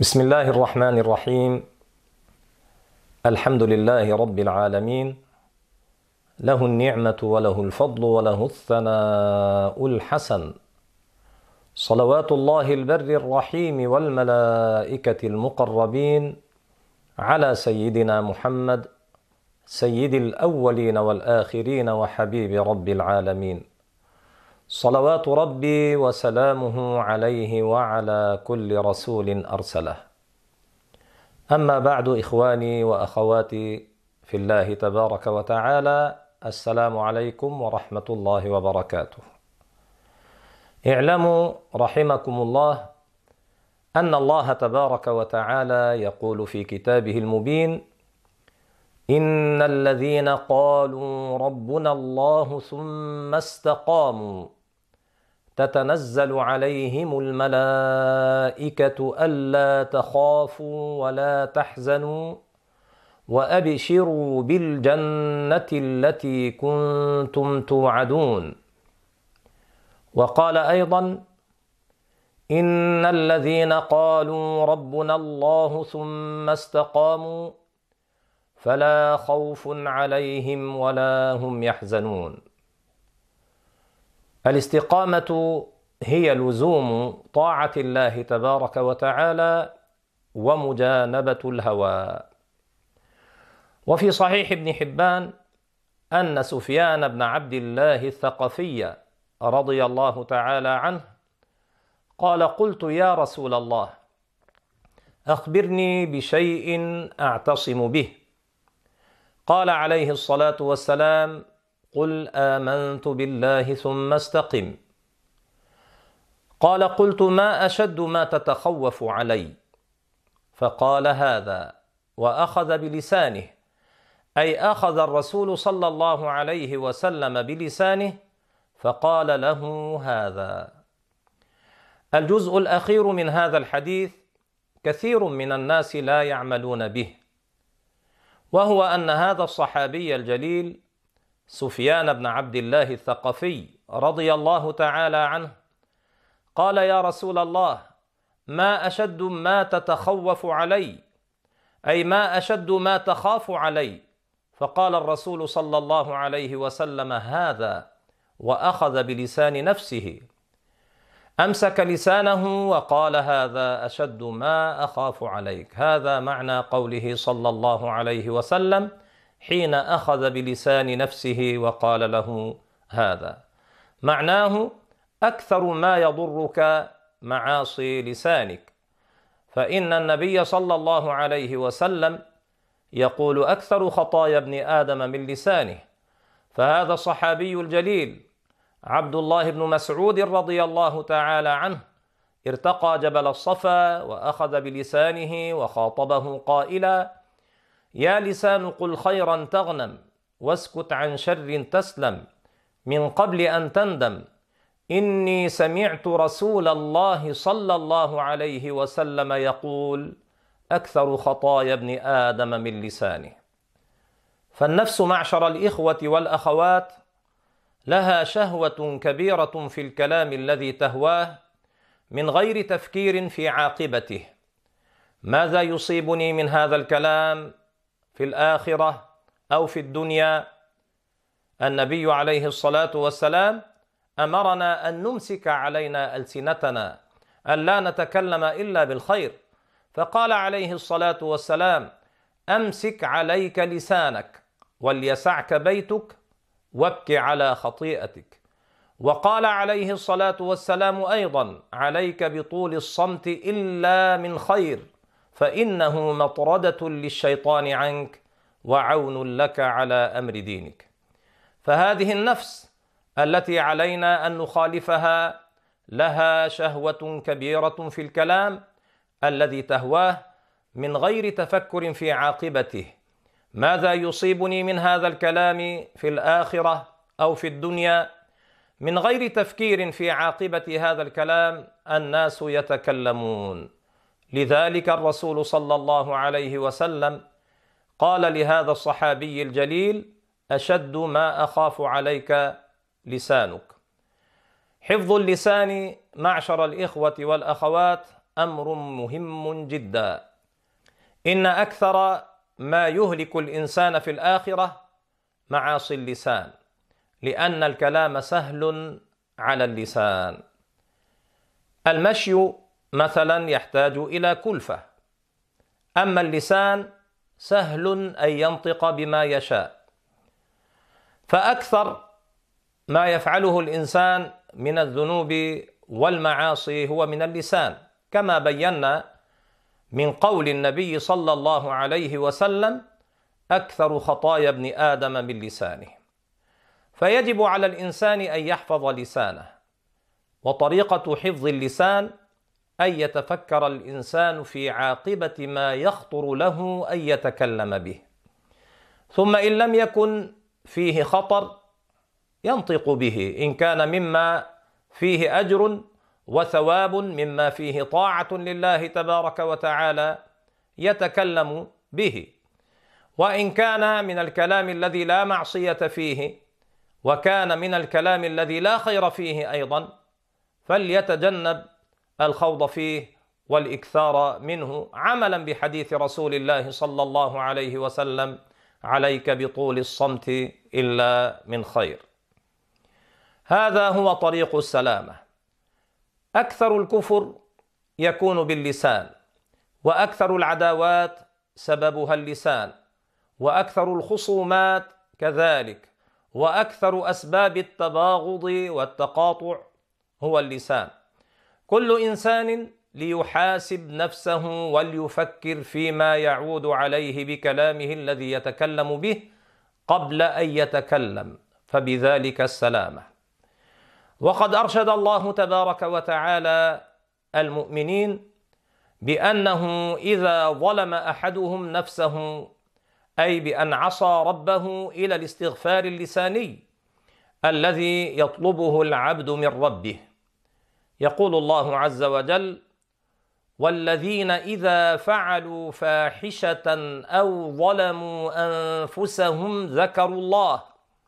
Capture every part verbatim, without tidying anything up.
بسم الله الرحمن الرحيم. الحمد لله رب العالمين، له النعمة وله الفضل وله الثناء الحسن، صلوات الله البر الرحيم والملائكة المقربين على سيدنا محمد سيد الأولين والآخرين وحبيب رب العالمين، صلوات ربي وسلامه عليه وعلى كل رسول أرسله. أما بعد، إخواني وأخواتي في الله تبارك وتعالى، السلام عليكم ورحمة الله وبركاته. اعلموا رحمكم الله أن الله تبارك وتعالى يقول في كتابه المبين: إن الذين قالوا ربنا الله ثم استقاموا تتنزل عليهم الملائكة ألا تخافوا ولا تحزنوا وأبشروا بالجنة التي كنتم توعدون. وقال أيضا: إن الذين قالوا ربنا الله ثم استقاموا فلا خوف عليهم ولا هم يحزنون. الاستقامة هي لزوم طاعة الله تبارك وتعالى ومجانبة الهوى. وفي صحيح ابن حبان أن سفيان بن عبد الله الثقفي رضي الله تعالى عنه قال: قلت يا رسول الله أخبرني بشيء أعتصم به. قال عليه الصلاة والسلام: قل آمنت بالله ثم استقم. قال: قلت ما أشد ما تتخوف علي؟ فقال هذا، وأخذ بلسانه، أي أخذ الرسول صلى الله عليه وسلم بلسانه فقال له هذا. الجزء الأخير من هذا الحديث كثير من الناس لا يعملون به، وهو أن هذا الصحابي الجليل سفيان بن عبد الله الثقفي رضي الله تعالى عنه قال: يا رسول الله، ما أشد ما تتخوف علي؟ أي ما أشد ما تخاف علي؟ فقال الرسول صلى الله عليه وسلم هذا، وأخذ بلسان نفسه، أمسك لسانه وقال: هذا أشد ما أخاف عليك. هذا معنى قوله صلى الله عليه وسلم حين أخذ بلسان نفسه وقال له هذا، معناه أكثر ما يضرك معاصي لسانك، فإن النبي صلى الله عليه وسلم يقول: أكثر خطايا ابن آدم من لسانه. فهذا الصحابي الجليل عبد الله بن مسعود رضي الله تعالى عنه ارتقى جبل الصفا وأخذ بلسانه وخاطبه قائلا: يا لسان قل خيرا تغنم واسكت عن شر تسلم من قبل أن تندم، إني سمعت رسول الله صلى الله عليه وسلم يقول: أكثر خطايا ابن آدم من لسانه. فالنفس معشر الإخوة والأخوات لها شهوة كبيرة في الكلام الذي تهواه من غير تفكير في عاقبته. ماذا يصيبني من هذا الكلام في الآخرة أو في الدنيا؟ النبي عليه الصلاة والسلام أمرنا أن نمسك علينا ألسنتنا، أن لا نتكلم إلا بالخير، فقال عليه الصلاة والسلام: أمسك عليك لسانك وليسعك بيتك وابك على خطيئتك. وقال عليه الصلاة والسلام أيضا: عليك بطول الصمت إلا من خير، فإنه مطردة للشيطان عنك وعون لك على أمر دينك. فهذه النفس التي علينا أن نخالفها لها شهوة كبيرة في الكلام الذي تهواه من غير تفكر في عاقبته. ماذا يصيبني من هذا الكلام في الآخرة أو في الدنيا؟ من غير تفكير في عاقبة هذا الكلام الناس يتكلمون. لذلك الرسول صلى الله عليه وسلم قال لهذا الصحابي الجليل: أشد ما أخاف عليك لسانك. حفظ اللسان معشر الإخوة والأخوات أمر مهم جدا. إن أكثر ما يهلك الإنسان في الآخرة معاصي اللسان، لأن الكلام سهل على اللسان. المشي مثلا يحتاج إلى كلفة، أما اللسان سهل أن ينطق بما يشاء. فأكثر ما يفعله الإنسان من الذنوب والمعاصي هو من اللسان، كما بينا من قول النبي صلى الله عليه وسلم: أكثر خطايا ابن آدم من لسانه. فيجب على الإنسان أن يحفظ لسانه، وطريقة حفظ اللسان أن يتفكر الإنسان في عاقبة ما يخطر له أن يتكلم به، ثم إن لم يكن فيه خطر ينطق به، إن كان مما فيه أجر وثواب، مما فيه طاعة لله تبارك وتعالى يتكلم به. وإن كان من الكلام الذي لا معصية فيه، وكان من الكلام الذي لا خير فيه أيضا، فليتجنب الخوض فيه والإكثار منه، عملا بحديث رسول الله صلى الله عليه وسلم: عليك بطول الصمت إلا من خير. هذا هو طريق السلامة. أكثر الكفر يكون باللسان، وأكثر العداوات سببها اللسان، وأكثر الخصومات كذلك، وأكثر أسباب التباغض والتقاطع هو اللسان. كل إنسان ليحاسب نفسه وليفكر فيما يعود عليه بكلامه الذي يتكلم به قبل أن يتكلم، فبذلك السلامة. وقد أرشد الله تبارك وتعالى المؤمنين بأنه إذا ظلم أحدهم نفسه، أي بأن عصى ربه، إلى الاستغفار اللساني الذي يطلبه العبد من ربه. يقول الله عز وجل: والذين إذا فعلوا فاحشة أو ظلموا أنفسهم ذكروا الله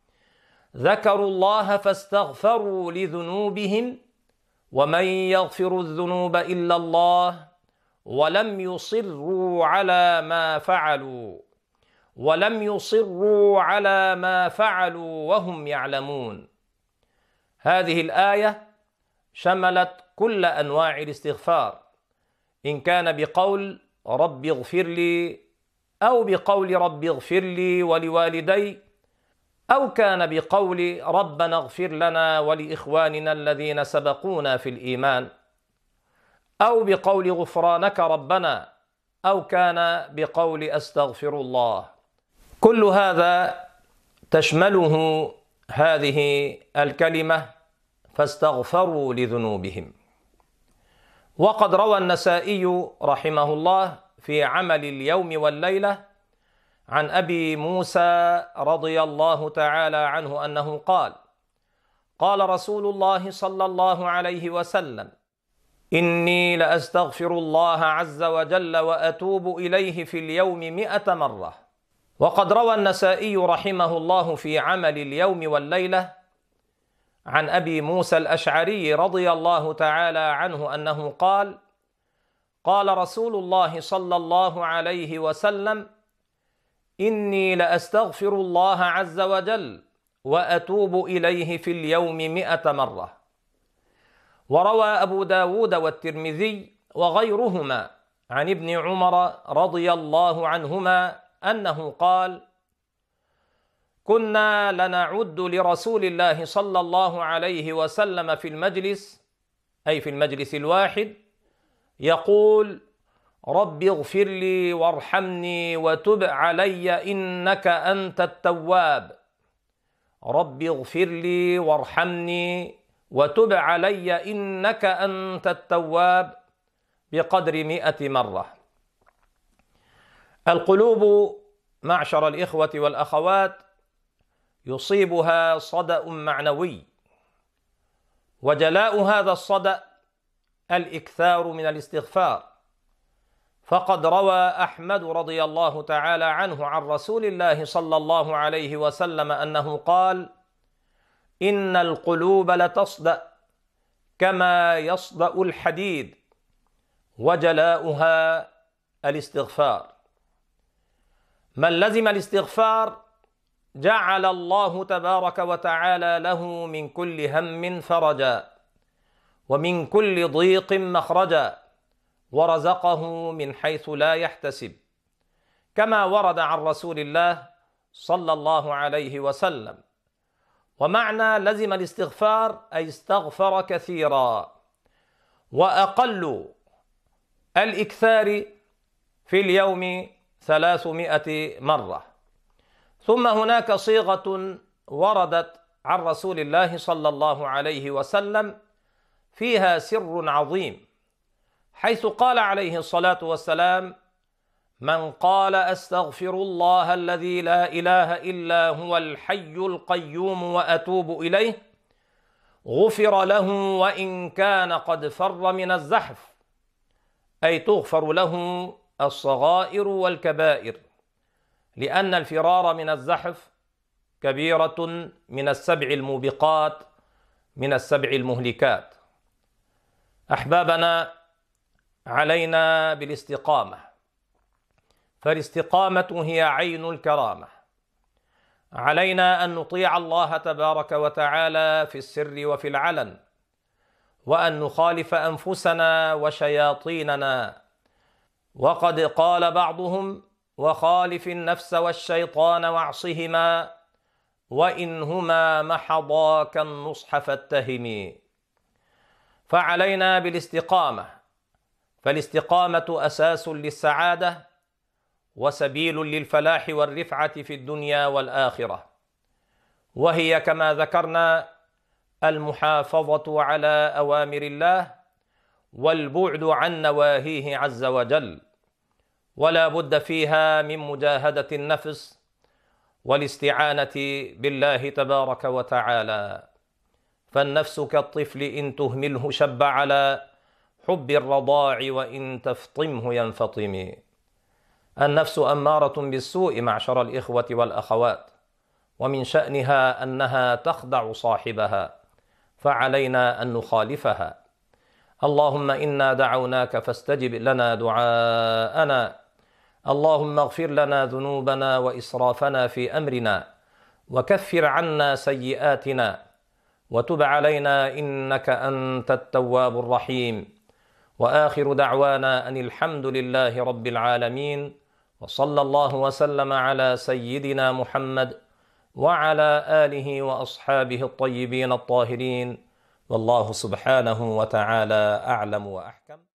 ذكروا الله فاستغفروا لذنوبهم ومن يغفر الذنوب إلا الله ولم يصروا على ما فعلوا ولم يصروا على ما فعلوا وهم يعلمون. هذه الآية شملت كل أنواع الاستغفار، إن كان بقول رب اغفر لي، أو بقول رب اغفر لي ولوالدي، أو كان بقول ربنا اغفر لنا ولإخواننا الذين سبقونا في الإيمان، أو بقول غفرانك ربنا، أو كان بقول أستغفر الله. كل هذا تشمله هذه الكلمة فاستغفروا لذنوبهم. وقد روى النسائي رحمه الله في عمل اليوم والليلة عن أبي موسى رضي الله تعالى عنه أنه قال: قال رسول الله صلى الله عليه وسلم: إني لأستغفر الله عز وجل وأتوب إليه في اليوم مئة مرة. وقد روى النسائي رحمه الله في عمل اليوم والليلة عن أبي موسى الأشعري رضي الله تعالى عنه أنه قال: قال رسول الله صلى الله عليه وسلم: إني لأستغفر الله عز وجل وأتوب إليه في اليوم مئة مرة. وروى أبو داود والترمذي وغيرهما عن ابن عمر رضي الله عنهما أنه قال: كنا لنعد لرسول الله صلى الله عليه وسلم في المجلس، أي في المجلس الواحد، يقول: رب اغفر لي وارحمني وتب علي إنك أنت التواب. رب اغفر لي وارحمني وتب علي إنك أنت التواب، بقدر مئة مرة. القلوب معشر الإخوة والأخوات يصيبها صدأ معنوي، وجلاء هذا الصدأ الإكثار من الاستغفار. فقد روى أحمد رضي الله تعالى عنه عن رسول الله صلى الله عليه وسلم أنه قال: إن القلوب لتصدأ كما يصدأ الحديد، وجلاؤها الاستغفار. من لزم الاستغفار جعل الله تبارك وتعالى له من كل هم فرجا، ومن كل ضيق مخرجا، ورزقه من حيث لا يحتسب، كما ورد عن رسول الله صلى الله عليه وسلم. ومعنى لزم الاستغفار أي استغفر كثيرا، وأقل الإكثار في اليوم ثلاثمائة مرة. ثم هناك صيغة وردت عن رسول الله صلى الله عليه وسلم فيها سر عظيم، حيث قال عليه الصلاة والسلام: من قال أستغفر الله الذي لا إله إلا هو الحي القيوم وأتوب إليه غفر له وإن كان قد فر من الزحف، أي تغفر له الصغائر والكبائر، لأن الفرار من الزحف كبيرة من السبع الموبقات، من السبع المهلكات. أحبابنا، علينا بالاستقامة، فالاستقامة هي عين الكرامة. علينا أن نطيع الله تبارك وتعالى في السر وفي العلن، وأن نخالف أنفسنا وشياطيننا. وقد قال بعضهم: وخالف النفس والشيطان واعصهما وإنهما محضاك النصح فاتهمي. فعلينا بالاستقامة، فالاستقامة أساس للسعادة وسبيل للفلاح والرفعة في الدنيا والآخرة، وهي كما ذكرنا المحافظة على أوامر الله والبعد عن نواهيه عز وجل، ولا بد فيها من مجاهدة النفس والاستعانة بالله تبارك وتعالى. فالنفس كالطفل إن تهمله شب على حب الرضاع وإن تفطمه ينفطم. النفس أمارة بالسوء معشر الإخوة والأخوات، ومن شأنها أنها تخدع صاحبها، فعلينا أن نخالفها. اللهم إنا دعوناك فاستجب لنا دعاءنا. اللهم اغفر لنا ذنوبنا وإسرافنا في أمرنا، وكفر عنا سيئاتنا، وتب علينا إنك أنت التواب الرحيم. وآخر دعوانا أن الحمد لله رب العالمين، وصلى الله وسلم على سيدنا محمد وعلى آله وأصحابه الطيبين الطاهرين، والله سبحانه وتعالى أعلم وأحكم.